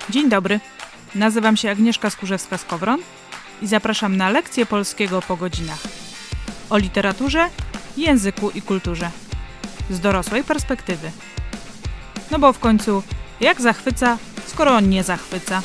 Dzień dobry, nazywam się Agnieszka Skurzewska-Skowron i zapraszam na lekcję polskiego po godzinach. O literaturze, języku i kulturze. Z dorosłej perspektywy. No bo w końcu, jak zachwyca, skoro on nie zachwyca?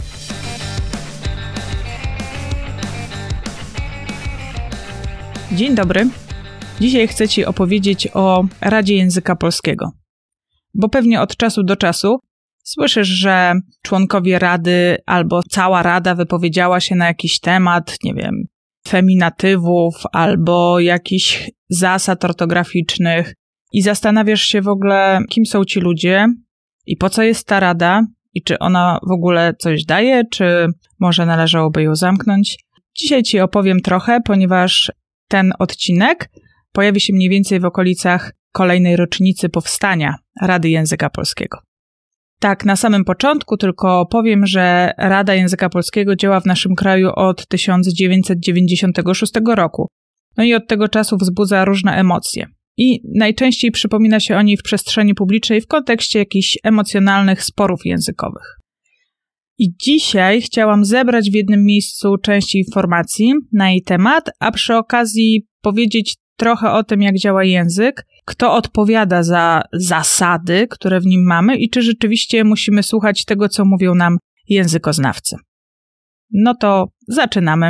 Dzień dobry. Dzisiaj chcę Ci opowiedzieć o Radzie Języka Polskiego. Bo pewnie od czasu do czasu słyszysz, że członkowie Rady albo cała Rada wypowiedziała się na jakiś temat, nie wiem, feminatywów albo jakichś zasad ortograficznych i zastanawiasz się w ogóle, kim są ci ludzie i po co jest ta Rada i czy ona w ogóle coś daje, czy może należałoby ją zamknąć. Dzisiaj Ci opowiem trochę, ponieważ ten odcinek pojawi się mniej więcej w okolicach kolejnej rocznicy powstania Rady Języka Polskiego. Tak, na samym początku tylko powiem, że Rada Języka Polskiego działa w naszym kraju od 1996 roku. No i od tego czasu wzbudza różne emocje. I najczęściej przypomina się o niej w przestrzeni publicznej w kontekście jakichś emocjonalnych sporów językowych. I dzisiaj chciałam zebrać w jednym miejscu część informacji na jej temat, a przy okazji powiedzieć trochę o tym, jak działa język, kto odpowiada za zasady, które w nim mamy i czy rzeczywiście musimy słuchać tego, co mówią nam językoznawcy. No to zaczynamy.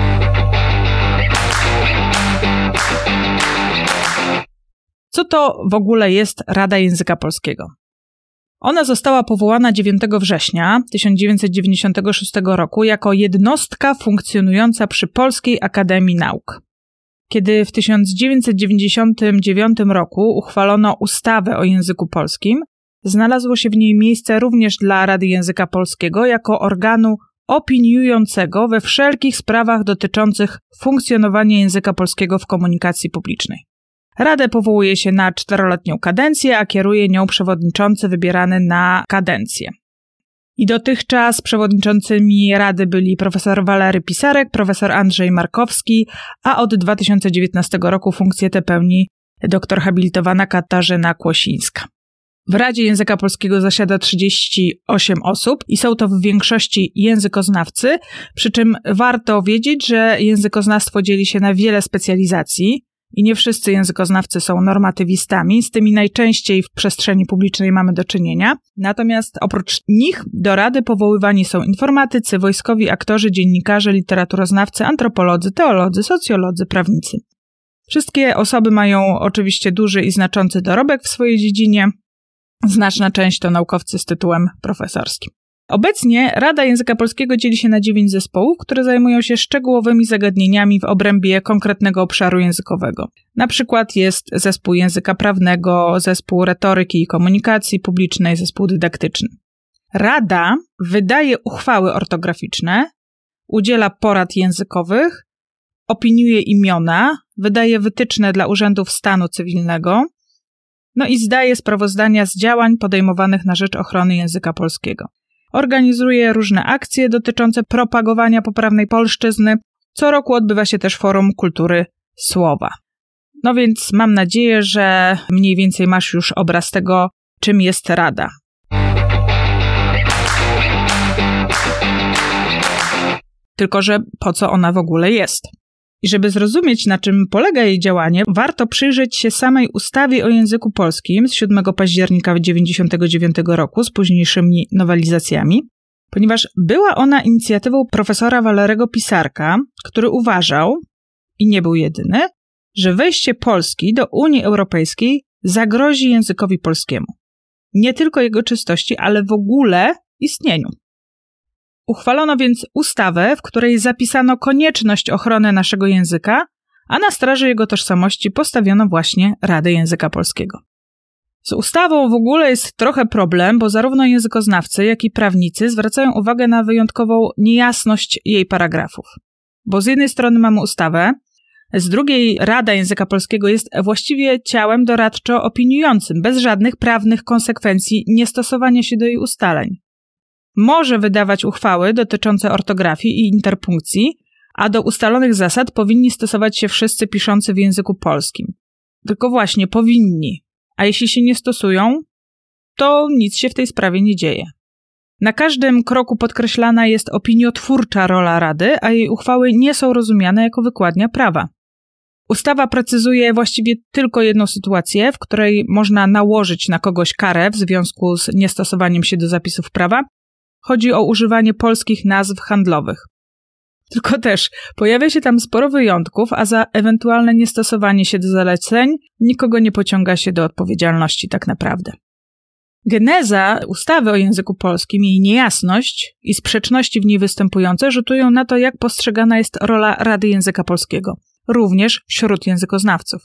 Co to w ogóle jest Rada Języka Polskiego? Ona została powołana 9 września 1996 roku jako jednostka funkcjonująca przy Polskiej Akademii Nauk. Kiedy w 1999 roku uchwalono ustawę o języku polskim, znalazło się w niej miejsce również dla Rady Języka Polskiego jako organu opiniującego we wszelkich sprawach dotyczących funkcjonowania języka polskiego w komunikacji publicznej. Radę powołuje się na 4-letnią kadencję, a kieruje nią przewodniczący wybierany na kadencję. I dotychczas przewodniczącymi Rady byli profesor Walery Pisarek, profesor Andrzej Markowski, a od 2019 roku funkcję tę pełni doktor habilitowana Katarzyna Kłosińska. W Radzie Języka Polskiego zasiada 38 osób i są to w większości językoznawcy, przy czym warto wiedzieć, że językoznawstwo dzieli się na wiele specjalizacji i nie wszyscy językoznawcy są normatywistami, z tymi najczęściej w przestrzeni publicznej mamy do czynienia. Natomiast oprócz nich do Rady powoływani są informatycy, wojskowi aktorzy, dziennikarze, literaturoznawcy, antropolodzy, teolodzy, socjolodzy, prawnicy. Wszystkie osoby mają oczywiście duży i znaczący dorobek w swojej dziedzinie. Znaczna część to naukowcy z tytułem profesorskim. Obecnie Rada Języka Polskiego dzieli się na 9 zespołów, które zajmują się szczegółowymi zagadnieniami w obrębie konkretnego obszaru językowego. Na przykład jest zespół języka prawnego, zespół retoryki i komunikacji publicznej, zespół dydaktyczny. Rada wydaje uchwały ortograficzne, udziela porad językowych, opiniuje imiona, wydaje wytyczne dla urzędów stanu cywilnego, no i zdaje sprawozdania z działań podejmowanych na rzecz ochrony języka polskiego. Organizuje różne akcje dotyczące propagowania poprawnej polszczyzny. Co roku odbywa się też Forum Kultury Słowa. No więc mam nadzieję, że mniej więcej masz już obraz tego, czym jest Rada. Tylko że po co ona w ogóle jest? I żeby zrozumieć, na czym polega jej działanie, warto przyjrzeć się samej ustawie o języku polskim z 7 października 1999 roku z późniejszymi nowelizacjami, ponieważ była ona inicjatywą profesora Walerego Pisarka, który uważał, i nie był jedyny, że wejście Polski do Unii Europejskiej zagrozi językowi polskiemu. Nie tylko jego czystości, ale w ogóle istnieniu. Uchwalono więc ustawę, w której zapisano konieczność ochrony naszego języka, a na straży jego tożsamości postawiono właśnie Radę Języka Polskiego. Z ustawą w ogóle jest trochę problem, bo zarówno językoznawcy, jak i prawnicy zwracają uwagę na wyjątkową niejasność jej paragrafów. Bo z jednej strony mamy ustawę, z drugiej Rada Języka Polskiego jest właściwie ciałem doradczo-opiniującym, bez żadnych prawnych konsekwencji niestosowania się do jej ustaleń. Może wydawać uchwały dotyczące ortografii i interpunkcji, a do ustalonych zasad powinni stosować się wszyscy piszący w języku polskim. Tylko właśnie powinni, a jeśli się nie stosują, to nic się w tej sprawie nie dzieje. Na każdym kroku podkreślana jest opiniotwórcza rola Rady, a jej uchwały nie są rozumiane jako wykładnia prawa. Ustawa precyzuje właściwie tylko jedną sytuację, w której można nałożyć na kogoś karę w związku z niestosowaniem się do zapisów prawa. Chodzi o używanie polskich nazw handlowych. Tylko też pojawia się tam sporo wyjątków, a za ewentualne niestosowanie się do zaleceń nikogo nie pociąga się do odpowiedzialności tak naprawdę. Geneza ustawy o języku polskim, jej niejasność i sprzeczności w niej występujące rzutują na to, jak postrzegana jest rola Rady Języka Polskiego, również wśród językoznawców.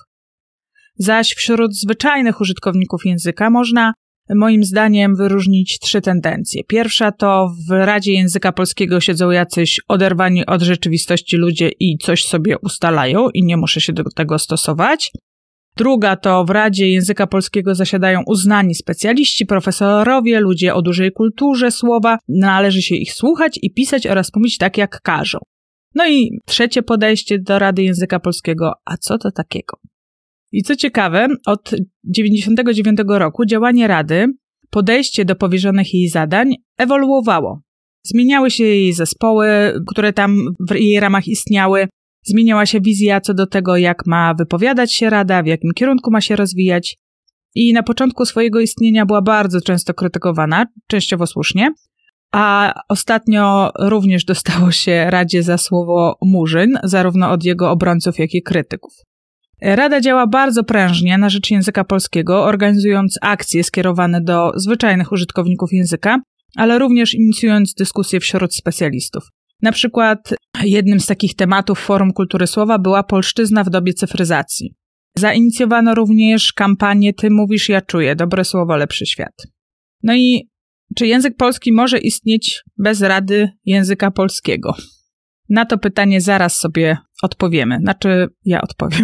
Zaś wśród zwyczajnych użytkowników języka można, moim zdaniem, wyróżnić 3 tendencje. Pierwsza to w Radzie Języka Polskiego siedzą jacyś oderwani od rzeczywistości ludzie i coś sobie ustalają i nie muszę się do tego stosować. Druga to w Radzie Języka Polskiego zasiadają uznani specjaliści, profesorowie, ludzie o dużej kulturze słowa, należy się ich słuchać i pisać oraz mówić tak, jak każą. No i trzecie podejście do Rady Języka Polskiego, a co to takiego? I co ciekawe, od 1999 roku działanie Rady, podejście do powierzonych jej zadań ewoluowało. Zmieniały się jej zespoły, które tam w jej ramach istniały, zmieniała się wizja co do tego, jak ma wypowiadać się Rada, w jakim kierunku ma się rozwijać i na początku swojego istnienia była bardzo często krytykowana, częściowo słusznie, a ostatnio również dostało się Radzie za słowo murzyn, zarówno od jego obrońców, jak i krytyków. Rada działa bardzo prężnie na rzecz języka polskiego, organizując akcje skierowane do zwyczajnych użytkowników języka, ale również inicjując dyskusje wśród specjalistów. Na przykład jednym z takich tematów Forum Kultury Słowa była polszczyzna w dobie cyfryzacji. Zainicjowano również kampanię Ty mówisz, ja czuję, dobre słowo, lepszy świat. No i czy język polski może istnieć bez Rady Języka Polskiego? Na to pytanie zaraz sobie odpowiemy. Znaczy, ja odpowiem.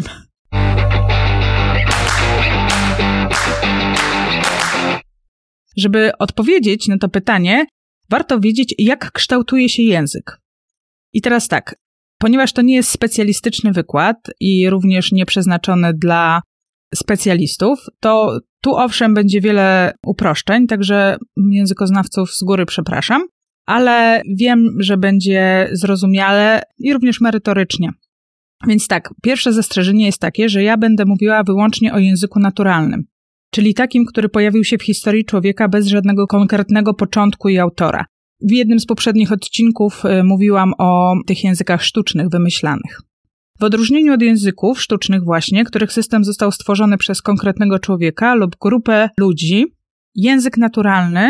Żeby odpowiedzieć na to pytanie, warto wiedzieć, jak kształtuje się język. I teraz tak, ponieważ to nie jest specjalistyczny wykład i również nie przeznaczony dla specjalistów, to tu owszem będzie wiele uproszczeń, także językoznawców z góry przepraszam, ale wiem, że będzie zrozumiale i również merytorycznie. Więc tak, pierwsze zastrzeżenie jest takie, że ja będę mówiła wyłącznie o języku naturalnym, czyli takim, który pojawił się w historii człowieka bez żadnego konkretnego początku i autora. W jednym z poprzednich odcinków mówiłam o tych językach sztucznych, wymyślanych. W odróżnieniu od języków sztucznych właśnie, których system został stworzony przez konkretnego człowieka lub grupę ludzi, język naturalny,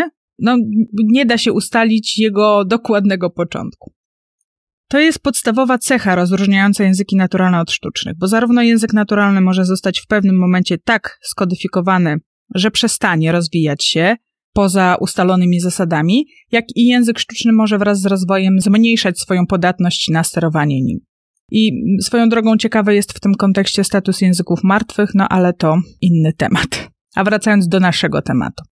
nie da się ustalić jego dokładnego początku. To jest podstawowa cecha rozróżniająca języki naturalne od sztucznych, bo zarówno język naturalny może zostać w pewnym momencie tak skodyfikowany, że przestanie rozwijać się poza ustalonymi zasadami, jak i język sztuczny może wraz z rozwojem zmniejszać swoją podatność na sterowanie nim. I swoją drogą ciekawy jest w tym kontekście status języków martwych, ale to inny temat. A wracając do naszego tematu.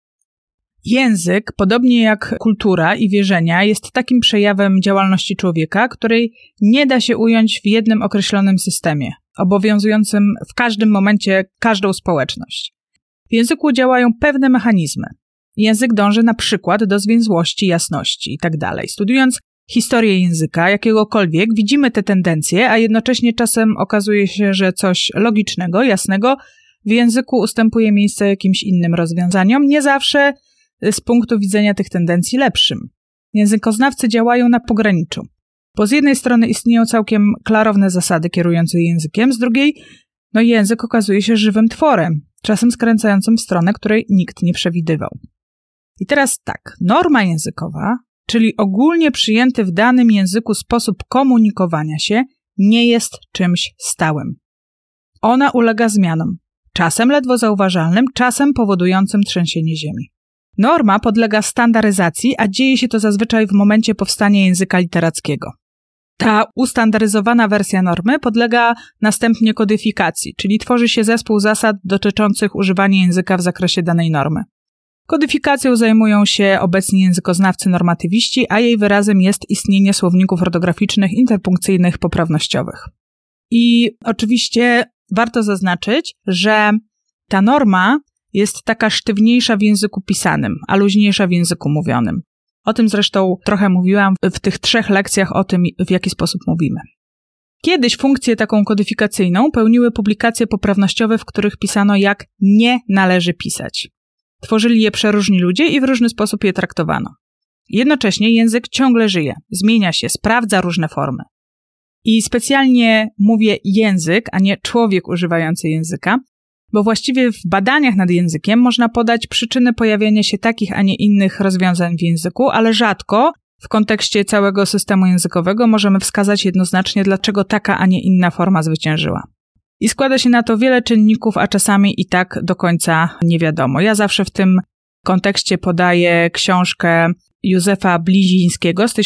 Język, podobnie jak kultura i wierzenia, jest takim przejawem działalności człowieka, której nie da się ująć w jednym określonym systemie, obowiązującym w każdym momencie każdą społeczność. W języku działają pewne mechanizmy. Język dąży na przykład do zwięzłości, jasności itd. Studiując historię języka jakiegokolwiek, widzimy te tendencje, a jednocześnie czasem okazuje się, że coś logicznego, jasnego w języku ustępuje miejsce jakimś innym rozwiązaniom, nie zawsze z punktu widzenia tych tendencji lepszym. Językoznawcy działają na pograniczu, bo z jednej strony istnieją całkiem klarowne zasady kierujące językiem, z drugiej język okazuje się żywym tworem, czasem skręcającym w stronę, której nikt nie przewidywał. I teraz tak, norma językowa, czyli ogólnie przyjęty w danym języku sposób komunikowania się, nie jest czymś stałym. Ona ulega zmianom, czasem ledwo zauważalnym, czasem powodującym trzęsienie ziemi. Norma podlega standaryzacji, a dzieje się to zazwyczaj w momencie powstania języka literackiego. Ta ustandaryzowana wersja normy podlega następnie kodyfikacji, czyli tworzy się zespół zasad dotyczących używania języka w zakresie danej normy. Kodyfikacją zajmują się obecnie językoznawcy normatywiści, a jej wyrazem jest istnienie słowników ortograficznych, interpunkcyjnych, poprawnościowych. I oczywiście warto zaznaczyć, że ta norma jest taka sztywniejsza w języku pisanym, a luźniejsza w języku mówionym. O tym zresztą trochę mówiłam w tych 3 lekcjach o tym, w jaki sposób mówimy. Kiedyś funkcję taką kodyfikacyjną pełniły publikacje poprawnościowe, w których pisano, jak nie należy pisać. Tworzyli je przeróżni ludzie i w różny sposób je traktowano. Jednocześnie język ciągle żyje, zmienia się, sprawdza różne formy. I specjalnie mówię język, a nie człowiek używający języka, bo właściwie w badaniach nad językiem można podać przyczyny pojawiania się takich, a nie innych rozwiązań w języku, ale rzadko w kontekście całego systemu językowego możemy wskazać jednoznacznie, dlaczego taka, a nie inna forma zwyciężyła. I składa się na to wiele czynników, a czasami i tak do końca nie wiadomo. Ja zawsze w tym kontekście podaję książkę Józefa Blizińskiego z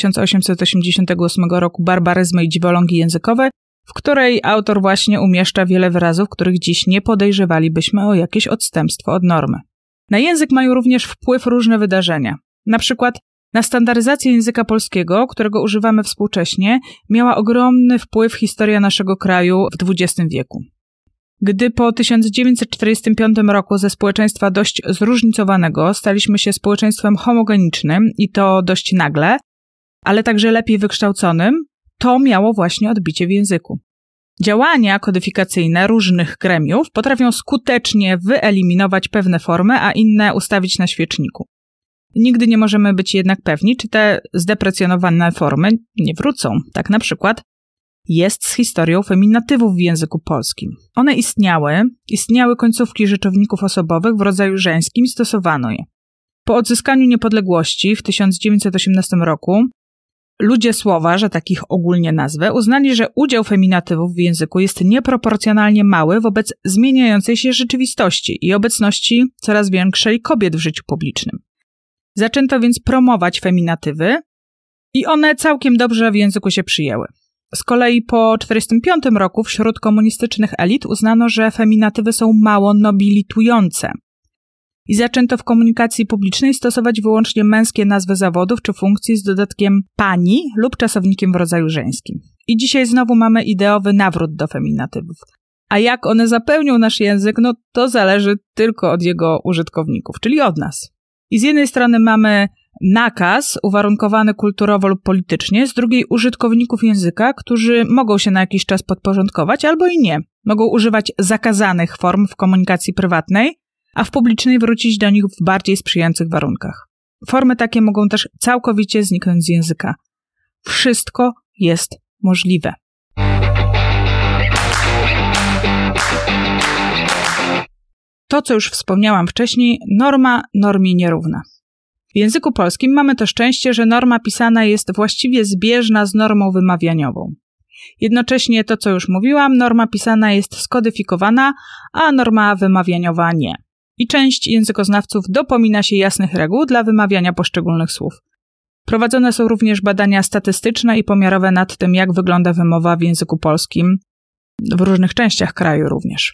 1888 roku Barbaryzmy i dziwolągi językowe, w której autor właśnie umieszcza wiele wyrazów, których dziś nie podejrzewalibyśmy o jakieś odstępstwo od normy. Na język mają również wpływ różne wydarzenia. Na przykład na standaryzację języka polskiego, którego używamy współcześnie, miała ogromny wpływ historia naszego kraju w XX wieku. Gdy po 1945 roku ze społeczeństwa dość zróżnicowanego staliśmy się społeczeństwem homogenicznym i to dość nagle, ale także lepiej wykształconym, to miało właśnie odbicie w języku. Działania kodyfikacyjne różnych gremiów potrafią skutecznie wyeliminować pewne formy, a inne ustawić na świeczniku. Nigdy nie możemy być jednak pewni, czy te zdeprecjonowane formy nie wrócą. Tak na przykład jest z historią feminatywów w języku polskim. One istniały końcówki rzeczowników osobowych w rodzaju żeńskim i stosowano je. Po odzyskaniu niepodległości w 1918 roku ludzie słowa, że takich ogólnie nazwę, uznali, że udział feminatywów w języku jest nieproporcjonalnie mały wobec zmieniającej się rzeczywistości i obecności coraz większej kobiet w życiu publicznym. Zaczęto więc promować feminatywy i one całkiem dobrze w języku się przyjęły. Z kolei po 1945 roku wśród komunistycznych elit uznano, że feminatywy są mało nobilitujące. I zaczęto w komunikacji publicznej stosować wyłącznie męskie nazwy zawodów czy funkcji z dodatkiem pani lub czasownikiem w rodzaju żeńskim. I dzisiaj znowu mamy ideowy nawrót do feminatywów. A jak one zapełnią nasz język, no to zależy tylko od jego użytkowników, czyli od nas. I z jednej strony mamy nakaz uwarunkowany kulturowo lub politycznie, z drugiej użytkowników języka, którzy mogą się na jakiś czas podporządkować albo i nie. Mogą używać zakazanych form w komunikacji prywatnej, a w publicznej wrócić do nich w bardziej sprzyjających warunkach. Formy takie mogą też całkowicie zniknąć z języka. Wszystko jest możliwe. To, co już wspomniałam wcześniej, norma normie nierówna. W języku polskim mamy to szczęście, że norma pisana jest właściwie zbieżna z normą wymawianiową. Jednocześnie to, co już mówiłam, norma pisana jest skodyfikowana, a norma wymawianiowa nie. I część językoznawców dopomina się jasnych reguł dla wymawiania poszczególnych słów. Prowadzone są również badania statystyczne i pomiarowe nad tym, jak wygląda wymowa w języku polskim, w różnych częściach kraju również.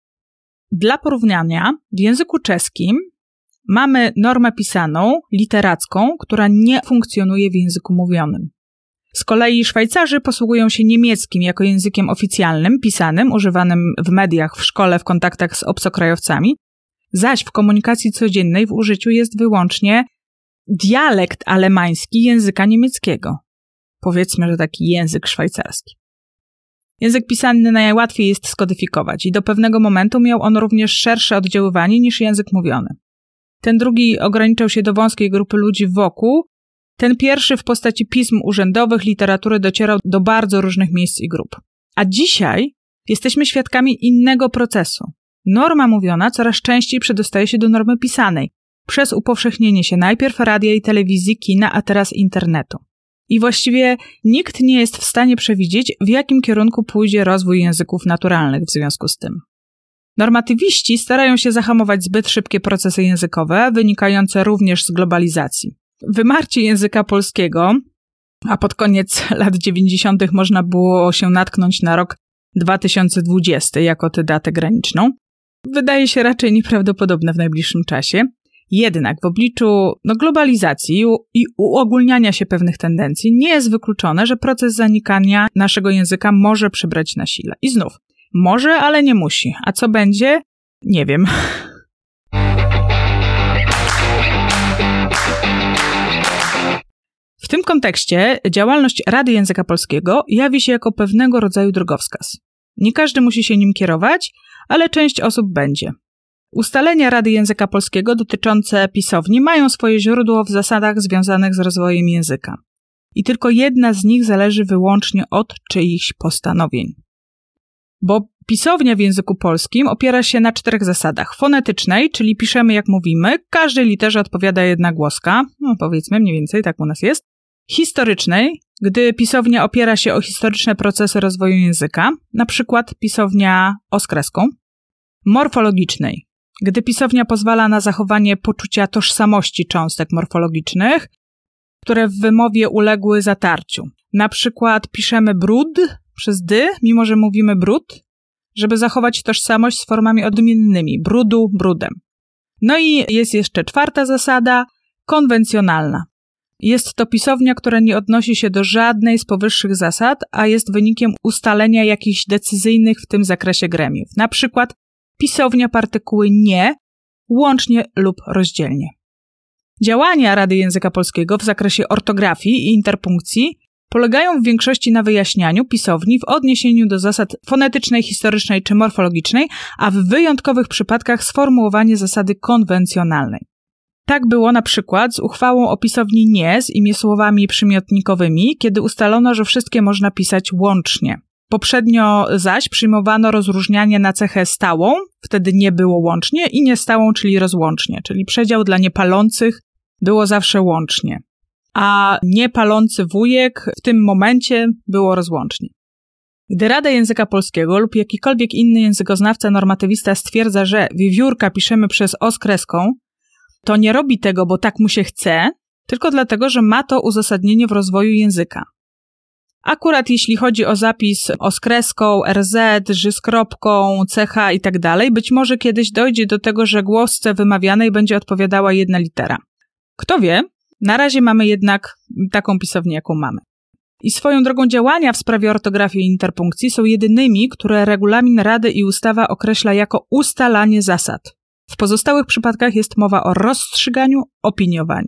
Dla porównania, w języku czeskim mamy normę pisaną, literacką, która nie funkcjonuje w języku mówionym. Z kolei Szwajcarzy posługują się niemieckim jako językiem oficjalnym, pisanym, używanym w mediach, w szkole, w kontaktach z obcokrajowcami, zaś w komunikacji codziennej w użyciu jest wyłącznie dialekt alemański języka niemieckiego. Powiedzmy, że taki język szwajcarski. Język pisany najłatwiej jest skodyfikować i do pewnego momentu miał on również szersze oddziaływanie niż język mówiony. Ten drugi ograniczał się do wąskiej grupy ludzi wokół, ten pierwszy w postaci pism urzędowych, literatury docierał do bardzo różnych miejsc i grup. A dzisiaj jesteśmy świadkami innego procesu. Norma mówiona coraz częściej przedostaje się do normy pisanej, przez upowszechnienie się najpierw radia i telewizji, kina, a teraz internetu. I właściwie nikt nie jest w stanie przewidzieć, w jakim kierunku pójdzie rozwój języków naturalnych w związku z tym. Normatywiści starają się zahamować zbyt szybkie procesy językowe, wynikające również z globalizacji. Wymarcie języka polskiego, a pod koniec lat 90. można było się natknąć na rok 2020 jako tę datę graniczną, wydaje się raczej nieprawdopodobne w najbliższym czasie. Jednak w obliczu globalizacji i uogólniania się pewnych tendencji nie jest wykluczone, że proces zanikania naszego języka może przybrać na sile. I znów, może, ale nie musi. A co będzie? Nie wiem. kontekście działalność Rady Języka Polskiego jawi się jako pewnego rodzaju drogowskaz. Nie każdy musi się nim kierować, ale część osób będzie. Ustalenia Rady Języka Polskiego dotyczące pisowni mają swoje źródło w zasadach związanych z rozwojem języka. I tylko jedna z nich zależy wyłącznie od czyichś postanowień. Bo pisownia w języku polskim opiera się na 4 zasadach. Fonetycznej, czyli piszemy jak mówimy, każdej literze odpowiada jedna głoska, powiedzmy mniej więcej, tak u nas jest. Historycznej, gdy pisownia opiera się o historyczne procesy rozwoju języka, na przykład pisownia oskreską. Morfologicznej, gdy pisownia pozwala na zachowanie poczucia tożsamości cząstek morfologicznych, które w wymowie uległy zatarciu. Na przykład piszemy brud przez dy, mimo że mówimy brud, żeby zachować tożsamość z formami odmiennymi, brudu, brudem. No i jest jeszcze 4. zasada, konwencjonalna. Jest to pisownia, która nie odnosi się do żadnej z powyższych zasad, a jest wynikiem ustalenia jakichś decyzyjnych w tym zakresie gremiów. Na przykład pisownia partykuły nie, łącznie lub rozdzielnie. Działania Rady Języka Polskiego w zakresie ortografii i interpunkcji polegają w większości na wyjaśnianiu pisowni w odniesieniu do zasad fonetycznej, historycznej czy morfologicznej, a w wyjątkowych przypadkach sformułowanie zasady konwencjonalnej. Tak było na przykład z uchwałą o pisowni nie z imiesłowami przymiotnikowymi, kiedy ustalono, że wszystkie można pisać łącznie. Poprzednio zaś przyjmowano rozróżnianie na cechę stałą, wtedy nie było łącznie, i niestałą, czyli rozłącznie, czyli przedział dla niepalących było zawsze łącznie, a niepalący wujek w tym momencie było rozłącznie. Gdy Rada Języka Polskiego lub jakikolwiek inny językoznawca normatywista stwierdza, że wiewiórka piszemy przez o z kreską, to nie robi tego, bo tak mu się chce, tylko dlatego, że ma to uzasadnienie w rozwoju języka. Akurat jeśli chodzi o zapis o z kreską, RZ, ży z kropką, CH i tak dalej, być może kiedyś dojdzie do tego, że głosce wymawianej będzie odpowiadała jedna litera. Kto wie, na razie mamy jednak taką pisownię, jaką mamy. I swoją drogą działania w sprawie ortografii i interpunkcji są jedynymi, które regulamin Rady i ustawa określa jako ustalanie zasad. W pozostałych przypadkach jest mowa o rozstrzyganiu, opiniowaniu.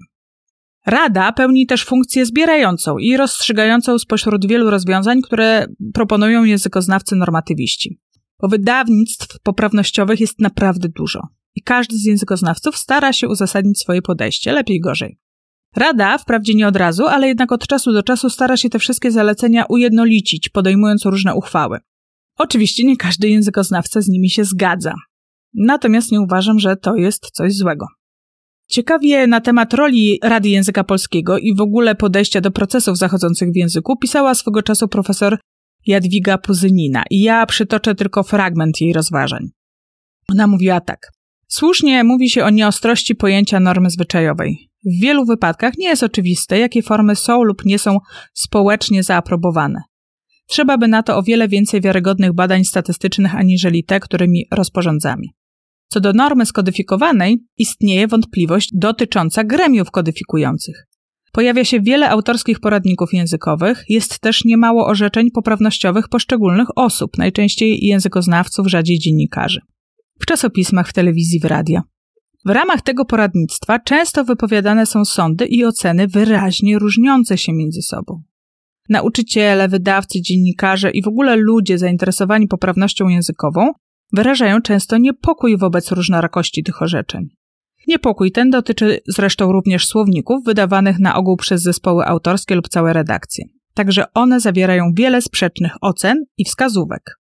Rada pełni też funkcję zbierającą i rozstrzygającą spośród wielu rozwiązań, które proponują językoznawcy normatywiści. Bo wydawnictw poprawnościowych jest naprawdę dużo i każdy z językoznawców stara się uzasadnić swoje podejście, lepiej gorzej. Rada, wprawdzie nie od razu, ale jednak od czasu do czasu stara się te wszystkie zalecenia ujednolicić, podejmując różne uchwały. Oczywiście nie każdy językoznawca z nimi się zgadza. Natomiast nie uważam, że to jest coś złego. Ciekawie na temat roli Rady Języka Polskiego i w ogóle podejścia do procesów zachodzących w języku pisała swego czasu profesor Jadwiga Puzynina i ja przytoczę tylko fragment jej rozważań. Ona mówiła tak. Słusznie mówi się o nieostrości pojęcia normy zwyczajowej. W wielu wypadkach nie jest oczywiste, jakie formy są lub nie są społecznie zaaprobowane. Trzeba by na to o wiele więcej wiarygodnych badań statystycznych aniżeli te, którymi rozporządzamy. Co do normy skodyfikowanej, istnieje wątpliwość dotycząca gremiów kodyfikujących. Pojawia się wiele autorskich poradników językowych, jest też niemało orzeczeń poprawnościowych poszczególnych osób, najczęściej językoznawców, rzadziej dziennikarzy. W czasopismach, w telewizji, w radio. W ramach tego poradnictwa często wypowiadane są sądy i oceny wyraźnie różniące się między sobą. Nauczyciele, wydawcy, dziennikarze i w ogóle ludzie zainteresowani poprawnością językową wyrażają często niepokój wobec różnorakości tych orzeczeń. Niepokój ten dotyczy zresztą również słowników wydawanych na ogół przez zespoły autorskie lub całe redakcje. Także one zawierają wiele sprzecznych ocen i wskazówek.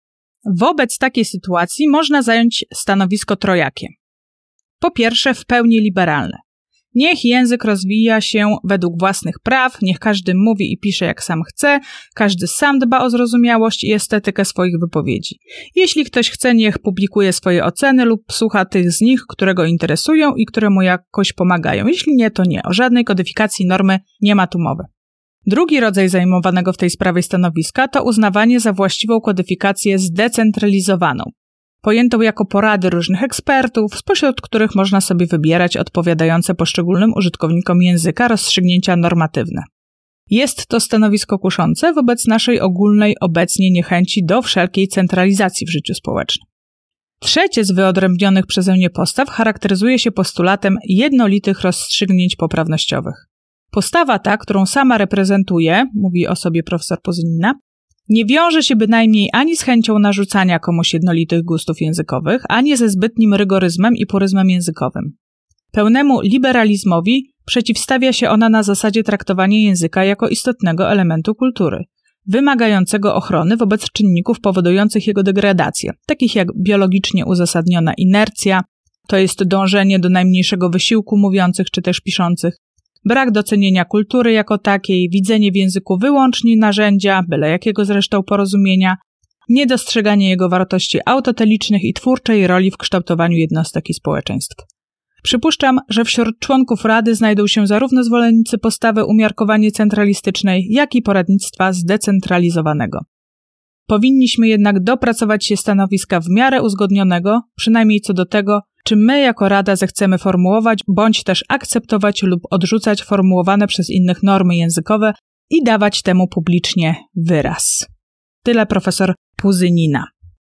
Wobec takiej sytuacji można zająć stanowisko trojakie. Po pierwsze, w pełni liberalne. Niech język rozwija się według własnych praw, niech każdy mówi i pisze jak sam chce, każdy sam dba o zrozumiałość i estetykę swoich wypowiedzi. Jeśli ktoś chce, niech publikuje swoje oceny lub słucha tych z nich, które go interesują i które mu jakoś pomagają. Jeśli nie, to nie. O żadnej kodyfikacji normy nie ma tu mowy. Drugi rodzaj zajmowanego w tej sprawie stanowiska to uznawanie za właściwą kodyfikację zdecentralizowaną, pojętą jako porady różnych ekspertów, spośród których można sobie wybierać odpowiadające poszczególnym użytkownikom języka rozstrzygnięcia normatywne. Jest to stanowisko kuszące wobec naszej ogólnej obecnie niechęci do wszelkiej centralizacji w życiu społecznym. Trzecie z wyodrębnionych przeze mnie postaw charakteryzuje się postulatem jednolitych rozstrzygnięć poprawnościowych. Postawa ta, którą sama reprezentuje, mówi o sobie profesor Puzynina, nie wiąże się bynajmniej ani z chęcią narzucania komuś jednolitych gustów językowych, ani ze zbytnim rygoryzmem i puryzmem językowym. Pełnemu liberalizmowi przeciwstawia się ona na zasadzie traktowania języka jako istotnego elementu kultury, wymagającego ochrony wobec czynników powodujących jego degradację, takich jak biologicznie uzasadniona inercja, to jest dążenie do najmniejszego wysiłku mówiących czy też piszących, brak docenienia kultury jako takiej, widzenie w języku wyłącznie narzędzia, byle jakiego zresztą porozumienia, niedostrzeganie jego wartości autotelicznych i twórczej roli w kształtowaniu jednostek i społeczeństw. Przypuszczam, że wśród członków Rady znajdą się zarówno zwolennicy postawy umiarkowanie centralistycznej, jak i poradnictwa zdecentralizowanego. Powinniśmy jednak dopracować się stanowiska w miarę uzgodnionego, przynajmniej co do tego, czy my jako Rada zechcemy formułować bądź też akceptować lub odrzucać formułowane przez innych normy językowe i dawać temu publicznie wyraz. Tyle profesor Puzynina.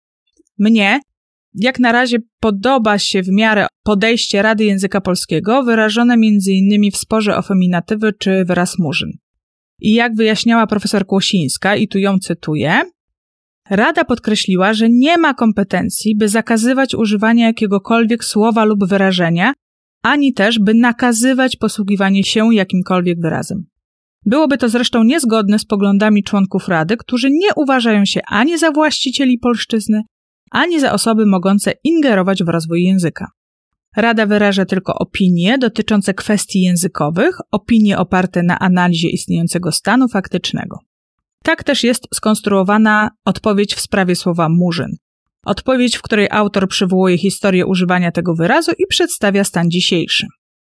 Mnie jak na razie podoba się w miarę podejście Rady Języka Polskiego wyrażone m.in. w sporze o feminatywy czy wyraz murzyn. I jak wyjaśniała profesor Kłosińska, i tu ją cytuję, Rada podkreśliła, że nie ma kompetencji, by zakazywać używania jakiegokolwiek słowa lub wyrażenia, ani też, by nakazywać posługiwanie się jakimkolwiek wyrazem. Byłoby to zresztą niezgodne z poglądami członków Rady, którzy nie uważają się ani za właścicieli polszczyzny, ani za osoby mogące ingerować w rozwój języka. Rada wyraża tylko opinie dotyczące kwestii językowych, opinie oparte na analizie istniejącego stanu faktycznego. Tak też jest skonstruowana odpowiedź w sprawie słowa murzyn. Odpowiedź, w której autor przywołuje historię używania tego wyrazu i przedstawia stan dzisiejszy.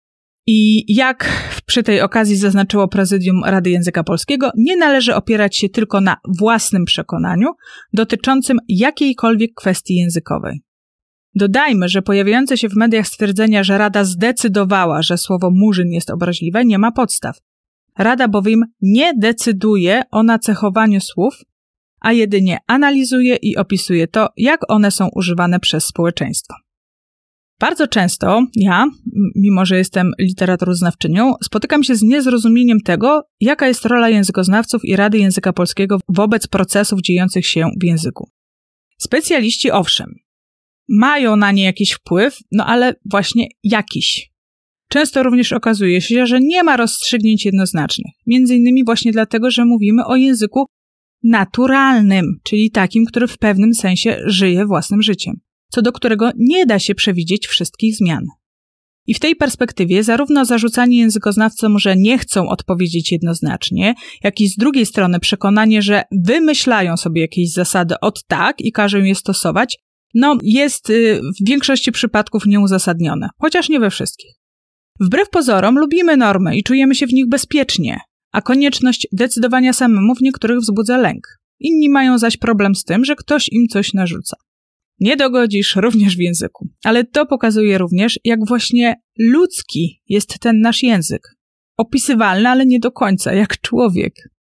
I jak przy tej okazji zaznaczyło Prezydium Rady Języka Polskiego, nie należy opierać się tylko na własnym przekonaniu dotyczącym jakiejkolwiek kwestii językowej. Dodajmy, że pojawiające się w mediach stwierdzenia, że Rada zdecydowała, że słowo murzyn jest obraźliwe, nie ma podstaw. Rada bowiem nie decyduje o nacechowaniu słów, a jedynie analizuje i opisuje to, jak one są używane przez społeczeństwo. Bardzo często ja, mimo że jestem literaturoznawczynią, spotykam się z niezrozumieniem tego, jaka jest rola językoznawców i Rady Języka Polskiego wobec procesów dziejących się w języku. Specjaliści, owszem, mają na nie jakiś wpływ, no ale właśnie jakiś. Często również okazuje się, że nie ma rozstrzygnięć jednoznacznych, między innymi właśnie dlatego, że mówimy o języku naturalnym, czyli takim, który w pewnym sensie żyje własnym życiem, co do którego nie da się przewidzieć wszystkich zmian. I w tej perspektywie zarówno zarzucanie językoznawcom, że nie chcą odpowiedzieć jednoznacznie, jak i z drugiej strony przekonanie, że wymyślają sobie jakieś zasady od tak i każą je stosować, jest w większości przypadków nieuzasadnione, chociaż nie we wszystkich. Wbrew pozorom lubimy normy i czujemy się w nich bezpiecznie, a konieczność decydowania samemu w niektórych wzbudza lęk. Inni mają zaś problem z tym, że ktoś im coś narzuca. Nie dogodzisz również w języku, ale to pokazuje również, jak właśnie ludzki jest ten nasz język. Opisywalny, ale nie do końca, jak człowiek.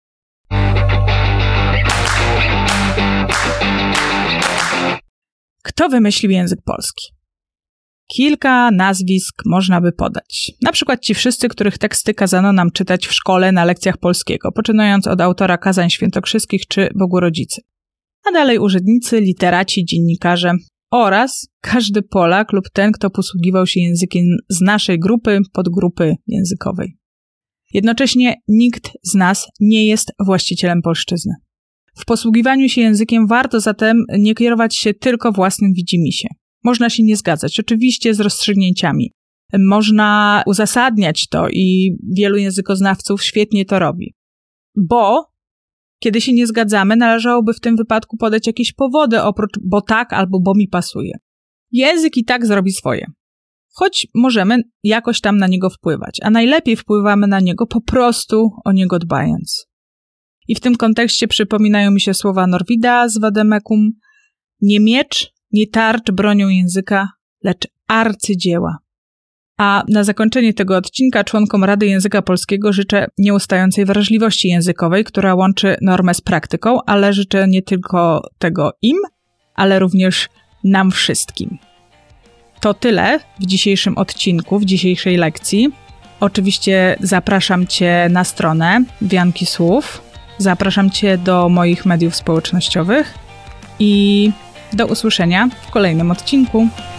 Kto wymyślił język polski? Kilka nazwisk można by podać. Na przykład ci wszyscy, których teksty kazano nam czytać w szkole na lekcjach polskiego, poczynając od autora Kazań Świętokrzyskich czy Bogu Rodzicy. A dalej urzędnicy, literaci, dziennikarze oraz każdy Polak lub ten, kto posługiwał się językiem z naszej grupy, podgrupy językowej. Jednocześnie nikt z nas nie jest właścicielem polszczyzny. W posługiwaniu się językiem warto zatem nie kierować się tylko własnym widzimisię. Można się nie zgadzać, oczywiście z rozstrzygnięciami. Można uzasadniać to i wielu językoznawców świetnie to robi. Bo kiedy się nie zgadzamy, należałoby w tym wypadku podać jakieś powody oprócz bo tak albo bo mi pasuje. Język i tak zrobi swoje. Choć możemy jakoś tam na niego wpływać, a najlepiej wpływamy na niego po prostu o niego dbając. I w tym kontekście przypominają mi się słowa Norwida z Vademecum: nie miecz, nie tarcz bronią języka, lecz arcydzieła. A na zakończenie tego odcinka członkom Rady Języka Polskiego życzę nieustającej wrażliwości językowej, która łączy normę z praktyką, ale życzę nie tylko tego im, ale również nam wszystkim. To tyle w dzisiejszym odcinku, w dzisiejszej lekcji. Oczywiście zapraszam Cię na stronę Wianki Słów, zapraszam Cię do moich mediów społecznościowych i do usłyszenia w kolejnym odcinku.